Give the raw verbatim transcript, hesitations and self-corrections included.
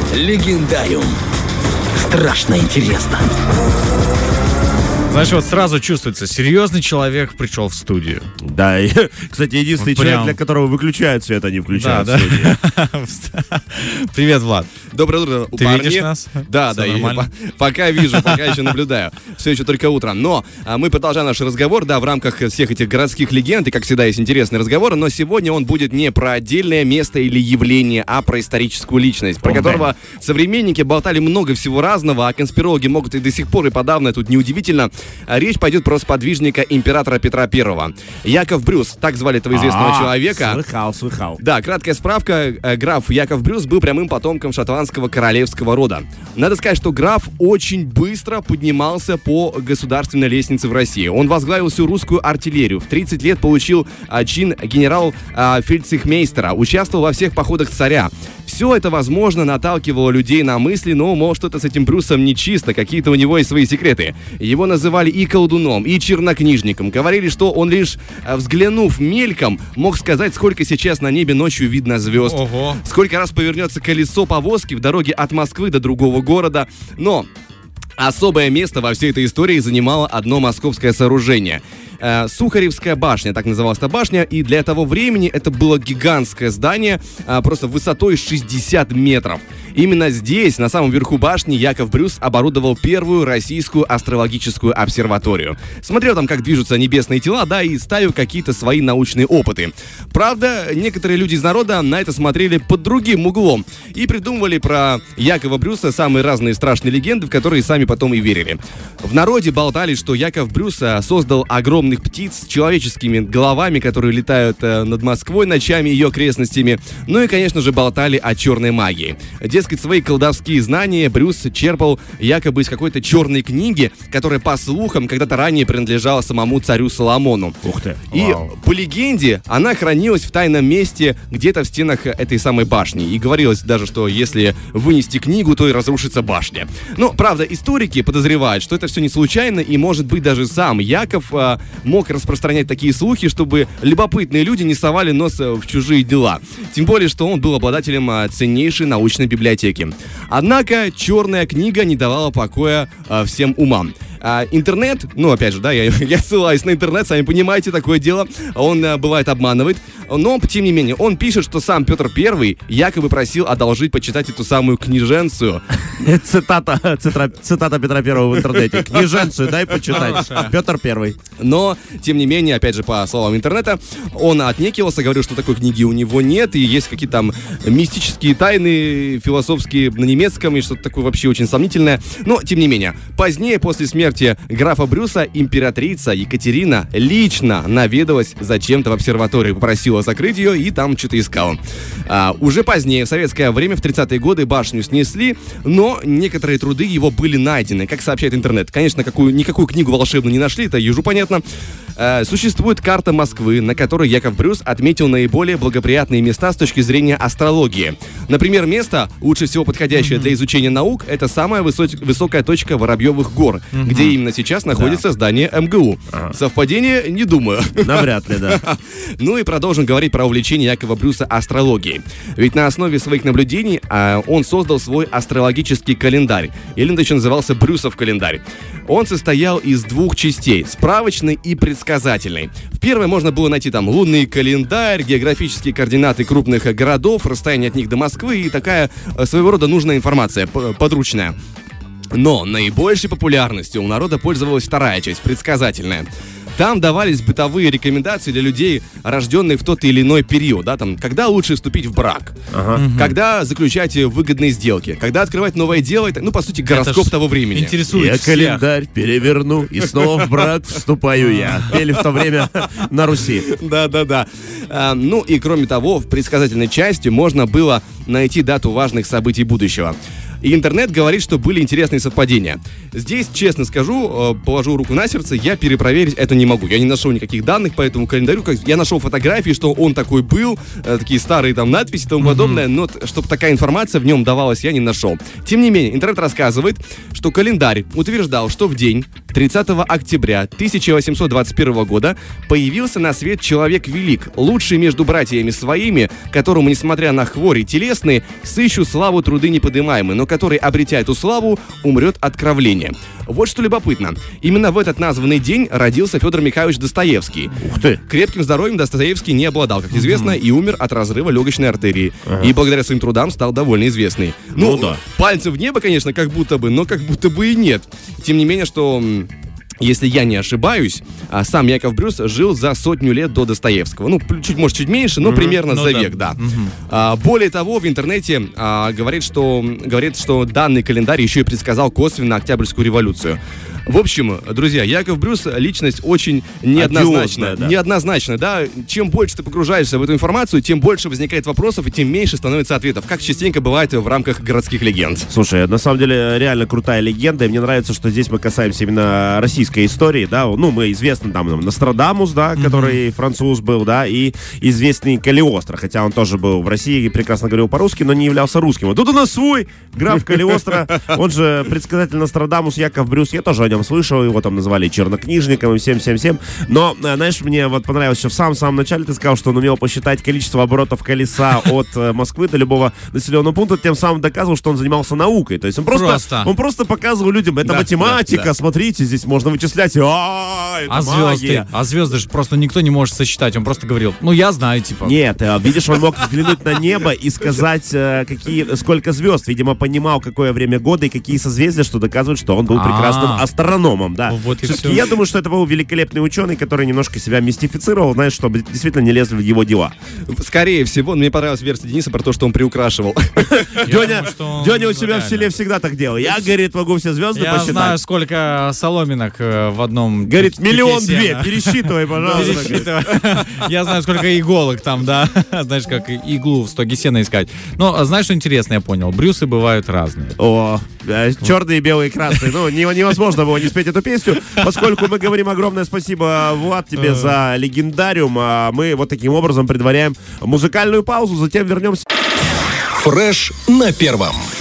Легендариум. Страшно интересно. Знаешь, вот сразу чувствуется, серьезный человек пришел в студию. Да, и, кстати, единственный вот человек, для которого выключают свет, а не включают да, студию. Да. Привет, Влад. Доброе утро, Ты парни. видишь нас? Да, Все да, нормально? по- пока вижу, пока еще наблюдаю. Все еще только утром. Но а, мы продолжаем наш разговор, да, в рамках всех этих городских легенд, и, как всегда, есть интересный разговор, но сегодня он будет не про отдельное место или явление, а про историческую личность, про О, которого современники болтали много всего разного, а конспирологи могут и до сих пор, и подавно, тут неудивительно. А речь пойдет про сподвижника императора Петра Первого. Яков Брюс, так звали этого известного А, человека. Слыхал, слыхал. Да, краткая справка. Э, Граф Яков Брюс был прямым потомком шотландского королевского рода. Надо сказать, что граф очень быстро поднимался по государственной лестнице в России. Он возглавил всю русскую артиллерию. В тридцать лет получил а, чин генерал-фельдцехмейстера. Участвовал во всех походах царя. Все это, возможно, наталкивало людей на мысли, но, может, что-то с этим Брюсом нечисто, какие-то у него есть свои секреты. Его называли и колдуном, и чернокнижником. Говорили, что он лишь, взглянув мельком, мог сказать, сколько сейчас на небе ночью видно звезд. Ого. Сколько раз повернется колесо повозки в дороге от Москвы до другого города. Но особое место во всей этой истории занимало одно московское сооружение. Э, Сухаревская башня, так называлась эта башня, и для того времени это было гигантское здание, э, просто высотой шестьдесят метров. Именно здесь, на самом верху башни, Яков Брюс оборудовал первую российскую астрологическую обсерваторию. Смотрел там, как движутся небесные тела, да, и ставил какие-то свои научные опыты. Правда, некоторые люди из народа на это смотрели под другим углом и придумывали про Якова Брюса самые разные страшные легенды, в которые сами потом и верили. В народе болтали, что Яков Брюс создал огромных птиц с человеческими головами, которые летают э, над Москвой ночами и ее окрестностями. Ну и, конечно же, болтали о черной магии. Дескать, свои колдовские знания Брюс черпал якобы из какой-то черной книги, которая, по слухам, когда-то ранее принадлежала самому царю Соломону. Ух ты. И Вау. по легенде она хранилась в тайном месте где-то в стенах этой самой башни. И говорилось даже, что если вынести книгу, то и разрушится башня. Но, правда, историки подозревают, что это все не случайно, и, может быть, даже сам Яков а, мог распространять такие слухи, чтобы любопытные люди не совали нос в чужие дела. Тем более, что он был обладателем а, ценнейшей научной библиотеки. Однако черная книга не давала покоя а, всем умам. А, интернет, ну, опять же, да, я, я ссылаюсь на интернет, сами понимаете, такое дело, он а, бывает обманывает, но, тем не менее, он пишет, что сам Петр Первый якобы просил одолжить почитать эту самую книженцию. Цитата, цитра, цитата Петра Первого в интернете. Книженцию дай почитать. Петр Первый. Но, тем не менее, опять же, по словам интернета, он отнекивался, говорил, что такой книги у него нет, и есть какие-то там мистические тайны философские на немецком, и что-то такое вообще очень сомнительное. Но, тем не менее, позднее, после смерти графа Брюса, императрица Екатерина лично наведалась зачем-то в обсерваторию, попросила закрыть ее и там что-то искала. А, уже позднее, в советское время, в тридцатые годы, башню снесли, но некоторые труды его были найдены, как сообщает интернет. Конечно, какую, никакую книгу волшебную не нашли, это ежу понятно. А, существует карта Москвы, на которой Яков Брюс отметил наиболее благоприятные места с точки зрения астрологии. Например, место, лучше всего подходящее mm-hmm. для изучения наук, это самая высо- высокая точка Воробьевых гор, mm-hmm. где именно сейчас находится да. здание эм гэ у. А. Совпадение? Не думаю. Навряд ли, да. Ну и продолжим говорить про увлечение Якова Брюса астрологией. Ведь на основе своих наблюдений а, он создал свой астрологический календарь. Или он еще назывался Брюсов календарь. Он состоял из двух частей, справочной и предсказательной. В первой можно было найти там лунный календарь, географические координаты крупных городов, расстояние от них до Москвы и такая своего рода нужная информация, подручная. Но наибольшей популярностью у народа пользовалась вторая часть, предсказательная. Там давались бытовые рекомендации для людей, рожденных в тот или иной период, да, там, когда лучше вступить в брак, ага. когда заключать выгодные сделки, когда открывать новое дело, ну, по сути, гороскоп того времени. Интересует я всех. Календарь переверну, и снова в брак вступаю я. Пели в то время на Руси. Да-да-да. А, ну, и кроме того, в предсказательной части можно было найти дату важных событий будущего. И интернет говорит, что были интересные совпадения. Здесь, честно скажу, положу руку на сердце, я перепроверить это не могу. Я не нашел никаких данных по этому календарю. Я нашел фотографии, что он такой был, такие старые там надписи и тому подобное, но чтобы такая информация в нем давалась, я не нашел. Тем не менее, интернет рассказывает, что календарь утверждал, что в день, тридцатого октября тысяча восемьсот двадцать первого года появился на свет человек велик, лучший между братьями своими, которому, несмотря на хвори телесные, сыщу славу труды неподымаемые, но который, обретя эту славу, умрет от кровления. Вот что любопытно. Именно в этот названный день родился Федор Михайлович Достоевский. Ух ты! Крепким здоровьем Достоевский не обладал, как известно, и умер от разрыва легочной артерии. Ага. И благодаря своим трудам стал довольно известный. Ну, ну да. Пальцы в небо, конечно, как будто бы, но как будто бы и нет. Тем не менее, что... Если я не ошибаюсь, сам Яков Брюс жил за сотню лет до Достоевского. Ну, чуть, может, чуть меньше, но mm-hmm. примерно ну, за да. век, да. Mm-hmm. А, более того, в интернете а, говорит, что, говорит, что данный календарь еще и предсказал косвенно Октябрьскую революцию. В общем, друзья, Яков Брюс — личность очень неоднозначная. Да. Неоднозначная, да. Чем больше ты погружаешься в эту информацию, тем больше возникает вопросов, и тем меньше становится ответов, как частенько бывает в рамках городских легенд. Слушай, на самом деле реально крутая легенда, и мне нравится, что здесь мы касаемся именно российской истории, да. Ну, мы известны там Нострадамус, да, mm-hmm. который француз был, да, и известный Калиостро, хотя он тоже был в России и прекрасно говорил по-русски, но не являлся русским. Вот тут у нас свой граф Калиостро, он же предсказатель Нострадамус Яков Брюс, я тоже о нем слышал, его там называли чернокнижником и всем-всем-всем. Но, знаешь, мне вот понравилось, что в самом-самом начале ты сказал, что он умел посчитать количество оборотов колеса от э, Москвы до любого населенного пункта, тем самым доказывал, что он занимался наукой. То есть он просто, просто. Он просто показывал людям, это да, математика, да, да. смотрите, здесь можно вычислять. А, это а звезды, а звезды же просто никто не может сосчитать. Он просто говорил, ну я знаю, типа. Нет, видишь, он мог взглянуть на небо и сказать, какие, сколько звезд. Видимо, понимал, какое время года и какие созвездия, что доказывает, что он был прекрасным астрономом, да. Вот Все-таки я думаю, что это был великолепный ученый, который немножко себя мистифицировал, знаешь, чтобы действительно не лезли в его дела. Скорее всего, мне понравилась версия Дениса про то, что он приукрашивал. Деня у себя в селе всегда так делал. Я, говорит, могу все звезды посчитать. Я знаю, сколько соломинок в одном... Говорит, миллион две, пересчитывай, пожалуйста. Я знаю, сколько иголок там, да. Знаешь, как иглу в стоге сена искать. Но знаешь, что интересно, я понял? Брюсы бывают разные. О, черные, белые, красные. Ну, невозможно было не спеть эту песню, поскольку мы говорим огромное спасибо, Влад, тебе за легендариум. А мы вот таким образом предваряем музыкальную паузу, затем вернемся. Фреш на первом.